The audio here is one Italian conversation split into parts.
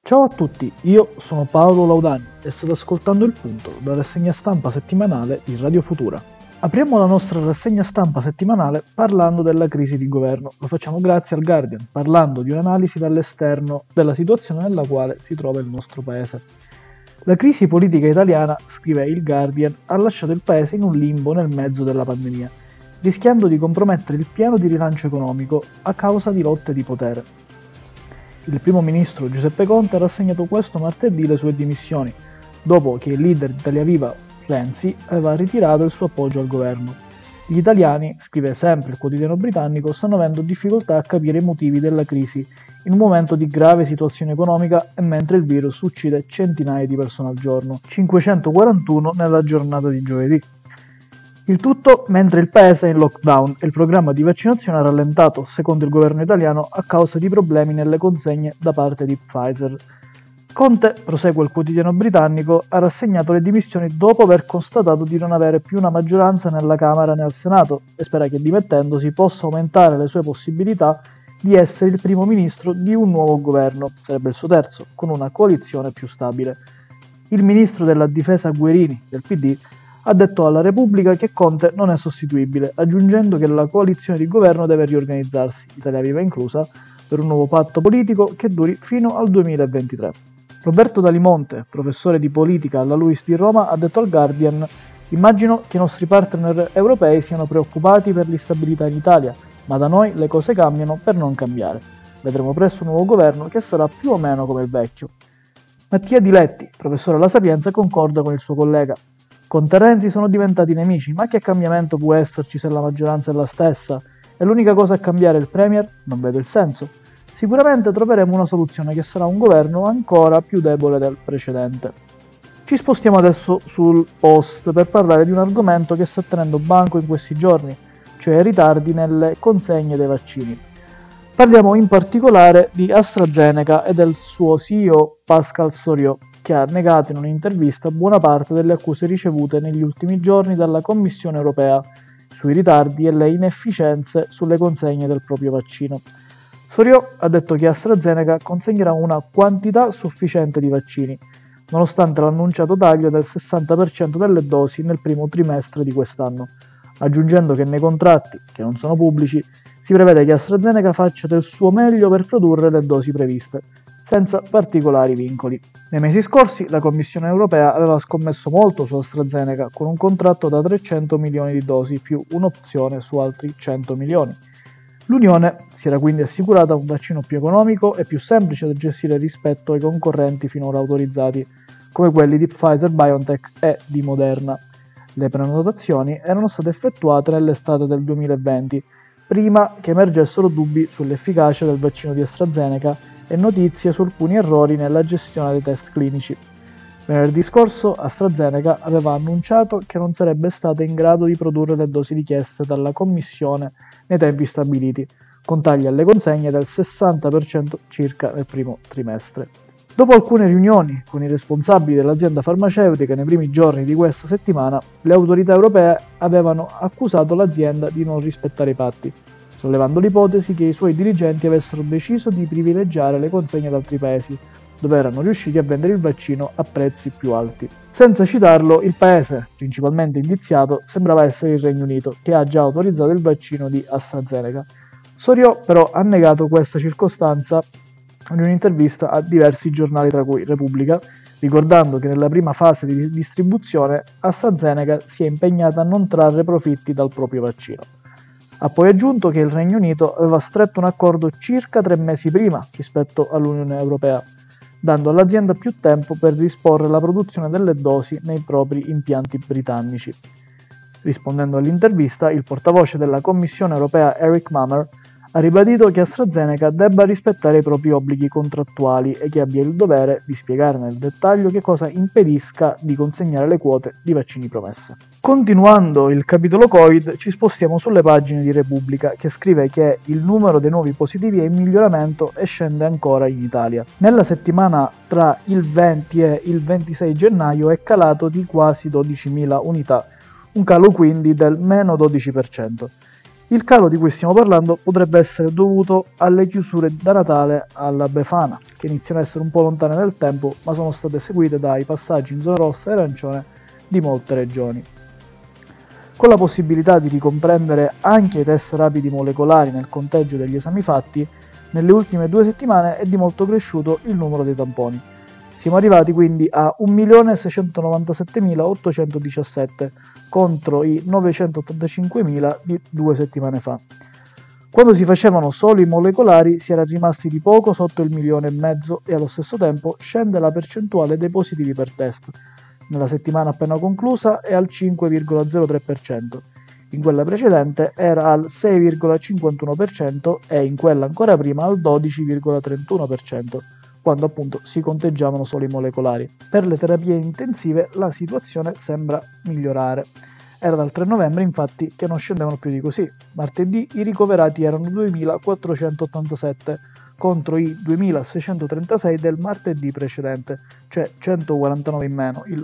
Ciao a tutti, io sono Paolo Laudani e state ascoltando Il Punto, la rassegna stampa settimanale di Radio Futura. Apriamo la nostra rassegna stampa settimanale parlando della crisi di governo. Lo facciamo grazie al Guardian, parlando di un'analisi dall'esterno della situazione nella quale si trova il nostro paese. La crisi politica italiana, scrive il Guardian, ha lasciato il paese in un limbo nel mezzo della pandemia, rischiando di compromettere il piano di rilancio economico a causa di lotte di potere. Il primo ministro Giuseppe Conte ha rassegnato questo martedì le sue dimissioni, dopo che il leader di Italia Viva, Renzi, aveva ritirato il suo appoggio al governo. Gli italiani, scrive sempre il quotidiano britannico, stanno avendo difficoltà a capire i motivi della crisi in un momento di grave situazione economica e mentre il virus uccide centinaia di persone al giorno, 541 nella giornata di giovedì. Il tutto mentre il paese è in lockdown e il programma di vaccinazione ha rallentato, secondo il governo italiano, a causa di problemi nelle consegne da parte di Pfizer. Conte, prosegue il quotidiano britannico, ha rassegnato le dimissioni dopo aver constatato di non avere più una maggioranza nella Camera né al Senato e spera che dimettendosi possa aumentare le sue possibilità di essere il primo ministro di un nuovo governo, sarebbe il suo terzo, con una coalizione più stabile. Il ministro della difesa Guerini, del PD, ha detto alla Repubblica che Conte non è sostituibile, aggiungendo che la coalizione di governo deve riorganizzarsi, Italia Viva inclusa, per un nuovo patto politico che duri fino al 2023. Roberto Dalimonte, professore di politica alla LUISS di Roma, ha detto al Guardian: «Immagino che i nostri partner europei siano preoccupati per l'instabilità in Italia, ma da noi le cose cambiano per non cambiare. Vedremo presto un nuovo governo che sarà più o meno come il vecchio». Mattia Diletti, professore alla Sapienza, concorda con il suo collega. Conte e Renzi sono diventati nemici, ma che cambiamento può esserci se la maggioranza è la stessa? È l'unica cosa a cambiare il Premier? Non vedo il senso. Sicuramente troveremo una soluzione che sarà un governo ancora più debole del precedente. Ci spostiamo adesso sul Post per parlare di un argomento che sta tenendo banco in questi giorni, cioè i ritardi nelle consegne dei vaccini. Parliamo in particolare di AstraZeneca e del suo CEO Pascal Soriot, che ha negato in un'intervista buona parte delle accuse ricevute negli ultimi giorni dalla Commissione europea sui ritardi e le inefficienze sulle consegne del proprio vaccino. Soriot ha detto che AstraZeneca consegnerà una quantità sufficiente di vaccini, nonostante l'annunciato taglio del 60% delle dosi nel primo trimestre di quest'anno, aggiungendo che nei contratti, che non sono pubblici, si prevede che AstraZeneca faccia del suo meglio per produrre le dosi previste, senza particolari vincoli. Nei mesi scorsi la Commissione europea aveva scommesso molto su AstraZeneca con un contratto da 300 milioni di dosi più un'opzione su altri 100 milioni. L'Unione si era quindi assicurata un vaccino più economico e più semplice da gestire rispetto ai concorrenti finora autorizzati, come quelli di Pfizer-BioNTech e di Moderna. Le prenotazioni erano state effettuate nell'estate del 2020, prima che emergessero dubbi sull'efficacia del vaccino di AstraZeneca e notizie su alcuni errori nella gestione dei test clinici. Venerdì scorso AstraZeneca aveva annunciato che non sarebbe stata in grado di produrre le dosi richieste dalla Commissione nei tempi stabiliti, con tagli alle consegne del 60% circa nel primo trimestre. Dopo alcune riunioni con i responsabili dell'azienda farmaceutica nei primi giorni di questa settimana, le autorità europee avevano accusato l'azienda di non rispettare i patti, sollevando l'ipotesi che i suoi dirigenti avessero deciso di privilegiare le consegne ad altri paesi, dove erano riusciti a vendere il vaccino a prezzi più alti. Senza citarlo, il paese principalmente indiziato sembrava essere il Regno Unito, che ha già autorizzato il vaccino di AstraZeneca. Soriot però ha negato questa circostanza in un'intervista a diversi giornali, tra cui Repubblica, ricordando che nella prima fase di distribuzione AstraZeneca si è impegnata a non trarre profitti dal proprio vaccino. Ha poi aggiunto che il Regno Unito aveva stretto un accordo circa 3 mesi prima rispetto all'Unione Europea, dando all'azienda più tempo per disporre la produzione delle dosi nei propri impianti britannici. Rispondendo all'intervista, il portavoce della Commissione Europea Eric Mamer ha ribadito che AstraZeneca debba rispettare i propri obblighi contrattuali e che abbia il dovere di spiegare nel dettaglio che cosa impedisca di consegnare le quote di vaccini promesse. Continuando il capitolo Covid, ci spostiamo sulle pagine di Repubblica, che scrive che il numero dei nuovi positivi è in miglioramento e scende ancora in Italia. Nella settimana tra il 20 e il 26 gennaio è calato di quasi 12.000 unità, un calo quindi del meno 12%. Il calo di cui stiamo parlando potrebbe essere dovuto alle chiusure da Natale alla Befana, che iniziano a essere un po' lontane nel tempo, ma sono state seguite dai passaggi in zona rossa e arancione di molte regioni. Con la possibilità di ricomprendere anche i test rapidi molecolari nel conteggio degli esami fatti, nelle ultime 2 settimane è di molto cresciuto il numero dei tamponi. Siamo arrivati quindi a 1.697.817 contro i 985.000 di 2 settimane fa. Quando si facevano solo i molecolari si era rimasti di poco sotto il 1,5 milioni e allo stesso tempo scende la percentuale dei positivi per test. Nella settimana appena conclusa è al 5,03%, in quella precedente era al 6,51% e in quella ancora prima al 12,31%. Quando appunto si conteggiavano solo i molecolari. Per le terapie intensive la situazione sembra migliorare. Era dal 3 novembre infatti che non scendevano più di così. Martedì i ricoverati erano 2.487 contro i 2.636 del martedì precedente, cioè 149 in meno, il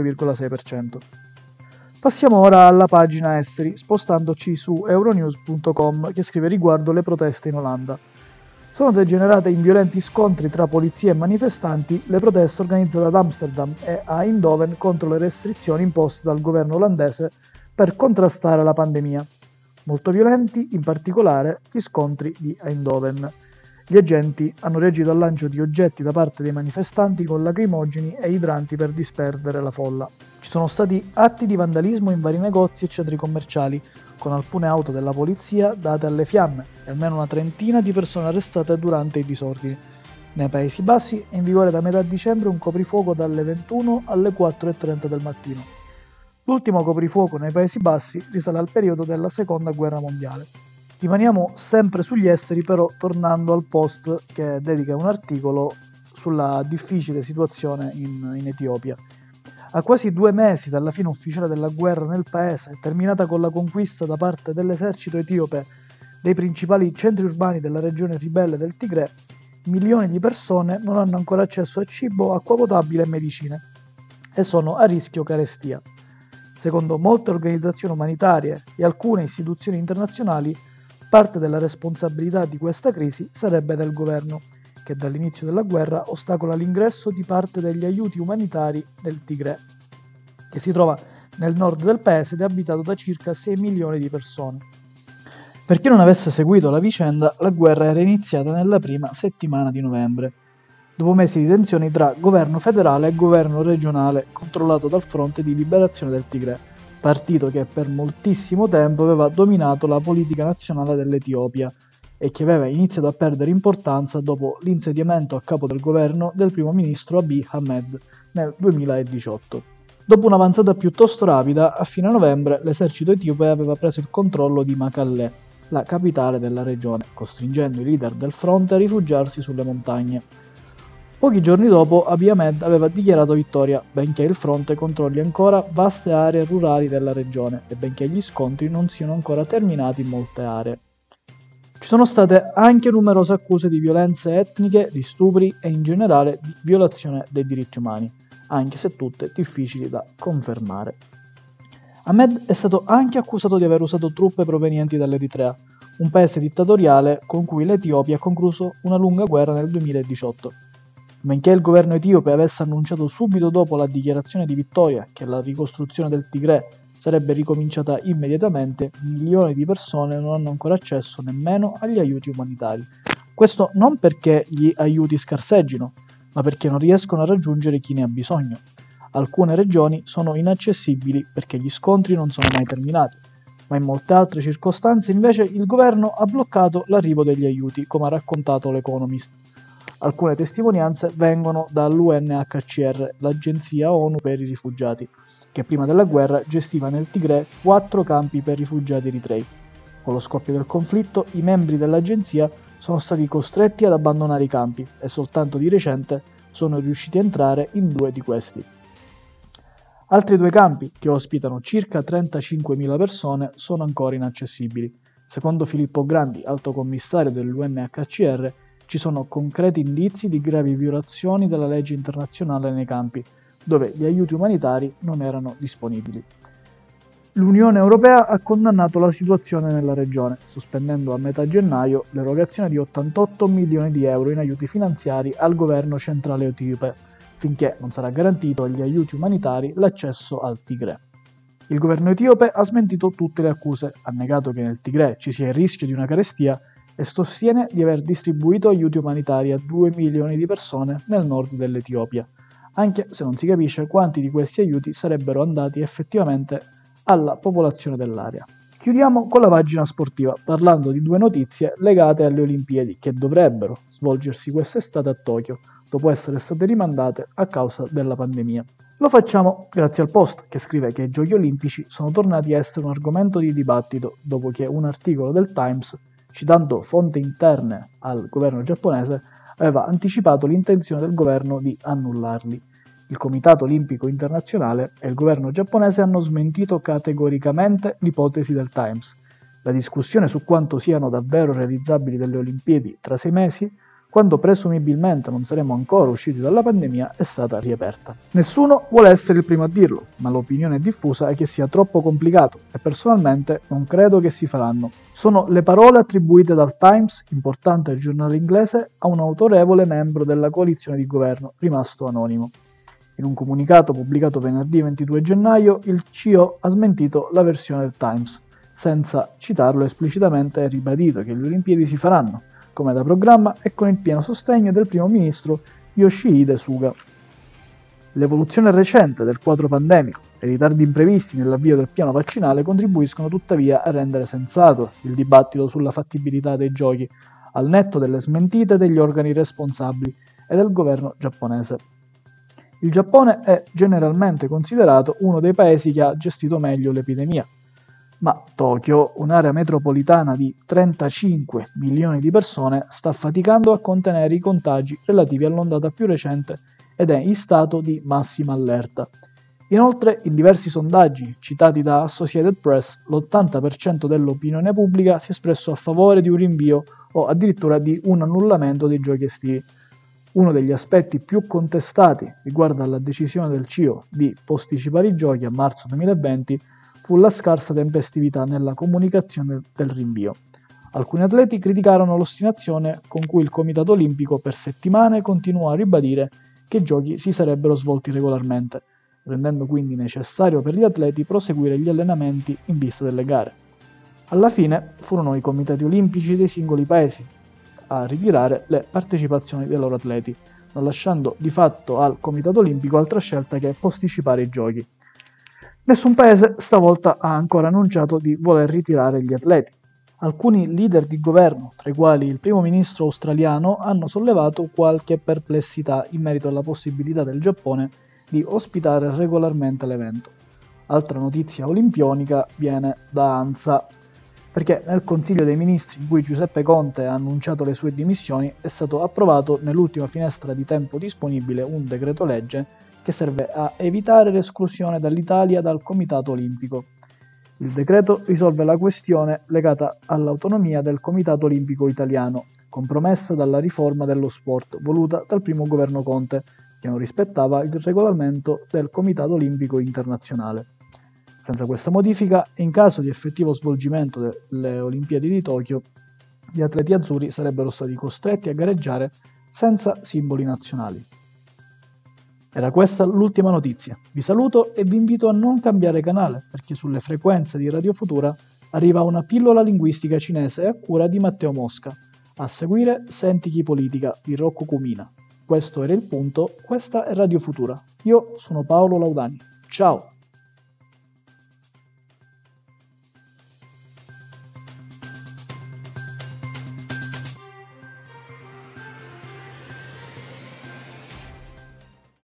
5,6%. Passiamo ora alla pagina esteri, spostandoci su euronews.com che scrive riguardo le proteste in Olanda. Sono degenerate in violenti scontri tra polizia e manifestanti le proteste organizzate ad Amsterdam e a Eindhoven contro le restrizioni imposte dal governo olandese per contrastare la pandemia. Molto violenti, in particolare, gli scontri di Eindhoven. Gli agenti hanno reagito al lancio di oggetti da parte dei manifestanti con lacrimogeni e idranti per disperdere la folla. Ci sono stati atti di vandalismo in vari negozi e centri commerciali, con alcune auto della polizia date alle fiamme e almeno una trentina di persone arrestate durante i disordini. Nei Paesi Bassi è in vigore da metà dicembre un coprifuoco dalle 21 alle 4:30 del mattino. L'ultimo coprifuoco nei Paesi Bassi risale al periodo della Seconda Guerra Mondiale. Rimaniamo sempre sugli esteri, però tornando al post che dedica un articolo sulla difficile situazione in Etiopia. A quasi 2 mesi dalla fine ufficiale della guerra nel paese, terminata con la conquista da parte dell'esercito etiope dei principali centri urbani della regione ribelle del Tigre, milioni di persone non hanno ancora accesso a cibo, acqua potabile e medicine e sono a rischio carestia. Secondo molte organizzazioni umanitarie e alcune istituzioni internazionali, parte della responsabilità di questa crisi sarebbe del governo, che dall'inizio della guerra ostacola l'ingresso di parte degli aiuti umanitari nel Tigre, che si trova nel nord del paese ed è abitato da circa 6 milioni di persone. Per chi non avesse seguito la vicenda, la guerra era iniziata nella prima settimana di novembre, dopo mesi di tensioni tra governo federale e governo regionale controllato dal Fronte di Liberazione del Tigre, partito che per moltissimo tempo aveva dominato la politica nazionale dell'Etiopia e che aveva iniziato a perdere importanza dopo l'insediamento a capo del governo del primo ministro Abiy Ahmed nel 2018. Dopo un'avanzata piuttosto rapida, a fine novembre l'esercito etiope aveva preso il controllo di Mekelle, la capitale della regione, costringendo i leader del fronte a rifugiarsi sulle montagne. Pochi giorni dopo Abiy Ahmed aveva dichiarato vittoria, benché il fronte controlli ancora vaste aree rurali della regione e benché gli scontri non siano ancora terminati in molte aree. Ci sono state anche numerose accuse di violenze etniche, di stupri e in generale di violazione dei diritti umani, anche se tutte difficili da confermare. Ahmed è stato anche accusato di aver usato truppe provenienti dall'Eritrea, un paese dittatoriale con cui l'Etiopia ha concluso una lunga guerra nel 2018. Benché il governo etiope avesse annunciato subito dopo la dichiarazione di vittoria che la ricostruzione del Tigre sarebbe ricominciata immediatamente, milioni di persone non hanno ancora accesso nemmeno agli aiuti umanitari. Questo non perché gli aiuti scarseggino, ma perché non riescono a raggiungere chi ne ha bisogno. Alcune regioni sono inaccessibili perché gli scontri non sono mai terminati, ma in molte altre circostanze invece il governo ha bloccato l'arrivo degli aiuti, come ha raccontato l'Economist. Alcune testimonianze vengono dall'UNHCR, l'agenzia ONU per i rifugiati, che prima della guerra gestiva nel Tigre 4 campi per rifugiati eritrei. Con lo scoppio del conflitto, i membri dell'agenzia sono stati costretti ad abbandonare i campi e soltanto di recente sono riusciti a entrare in 2 di questi. Altri 2 campi, che ospitano circa 35.000 persone, sono ancora inaccessibili. Secondo Filippo Grandi, alto commissario dell'UNHCR, ci sono concreti indizi di gravi violazioni della legge internazionale nei campi, dove gli aiuti umanitari non erano disponibili. L'Unione Europea ha condannato la situazione nella regione, sospendendo a metà gennaio l'erogazione di 88 milioni di euro in aiuti finanziari al governo centrale etiope, finché non sarà garantito agli aiuti umanitari l'accesso al Tigre. Il governo etiope ha smentito tutte le accuse, ha negato che nel Tigre ci sia il rischio di una carestia e sostiene di aver distribuito aiuti umanitari a 2 milioni di persone nel nord dell'Etiopia, anche se non si capisce quanti di questi aiuti sarebbero andati effettivamente alla popolazione dell'area. Chiudiamo con la pagina sportiva, parlando di due notizie legate alle Olimpiadi che dovrebbero svolgersi quest'estate a Tokyo, dopo essere state rimandate a causa della pandemia. Lo facciamo grazie al Post, che scrive che i Giochi Olimpici sono tornati a essere un argomento di dibattito dopo che un articolo del Times, citando fonti interne al governo giapponese, aveva anticipato l'intenzione del governo di annullarli. Il Comitato Olimpico Internazionale e il governo giapponese hanno smentito categoricamente l'ipotesi del Times. La discussione su quanto siano davvero realizzabili delle Olimpiadi tra 6 mesi, quando presumibilmente non saremo ancora usciti dalla pandemia, è stata riaperta. Nessuno vuole essere il primo a dirlo, ma l'opinione diffusa è che sia troppo complicato e personalmente non credo che si faranno. Sono le parole attribuite dal Times, importante giornale inglese, a un autorevole membro della coalizione di governo, rimasto anonimo. In un comunicato pubblicato venerdì 22 gennaio, il CEO ha smentito la versione del Times. Senza citarlo esplicitamente, ha ribadito che le Olimpiadi si faranno, come da programma e con il pieno sostegno del primo ministro Yoshihide Suga. L'evoluzione recente del quadro pandemico e i ritardi imprevisti nell'avvio del piano vaccinale contribuiscono tuttavia a rendere sensato il dibattito sulla fattibilità dei giochi, al netto delle smentite degli organi responsabili e del governo giapponese. Il Giappone è generalmente considerato uno dei paesi che ha gestito meglio l'epidemia, ma Tokyo, un'area metropolitana di 35 milioni di persone, sta faticando a contenere i contagi relativi all'ondata più recente ed è in stato di massima allerta. Inoltre, in diversi sondaggi citati da Associated Press, l'80% dell'opinione pubblica si è espresso a favore di un rinvio o addirittura di un annullamento dei giochi estivi. Uno degli aspetti più contestati riguardo alla decisione del CIO di posticipare i giochi a marzo 2020 fu la scarsa tempestività nella comunicazione del rinvio. Alcuni atleti criticarono l'ostinazione con cui il Comitato Olimpico per settimane continuò a ribadire che i giochi si sarebbero svolti regolarmente, rendendo quindi necessario per gli atleti proseguire gli allenamenti in vista delle gare. Alla fine furono i comitati olimpici dei singoli paesi a ritirare le partecipazioni dei loro atleti, non lasciando di fatto al Comitato Olimpico altra scelta che posticipare i giochi. Nessun paese stavolta ha ancora annunciato di voler ritirare gli atleti. Alcuni leader di governo, tra i quali il primo ministro australiano, hanno sollevato qualche perplessità in merito alla possibilità del Giappone di ospitare regolarmente l'evento. Altra notizia olimpionica viene da ANSA, perché nel Consiglio dei Ministri in cui Giuseppe Conte ha annunciato le sue dimissioni è stato approvato nell'ultima finestra di tempo disponibile un decreto legge che serve a evitare l'esclusione dall'Italia dal Comitato Olimpico. Il decreto risolve la questione legata all'autonomia del Comitato Olimpico Italiano, compromessa dalla riforma dello sport voluta dal primo governo Conte, che non rispettava il regolamento del Comitato Olimpico Internazionale. Senza questa modifica, in caso di effettivo svolgimento delle Olimpiadi di Tokyo, gli atleti azzurri sarebbero stati costretti a gareggiare senza simboli nazionali. Era questa l'ultima notizia. Vi saluto e vi invito a non cambiare canale, perché sulle frequenze di Radio Futura arriva una pillola linguistica cinese a cura di Matteo Mosca. A seguire Senti chi politica di Rocco Cumina. Questo era il punto, questa è Radio Futura. Io sono Paolo Laudani. Ciao!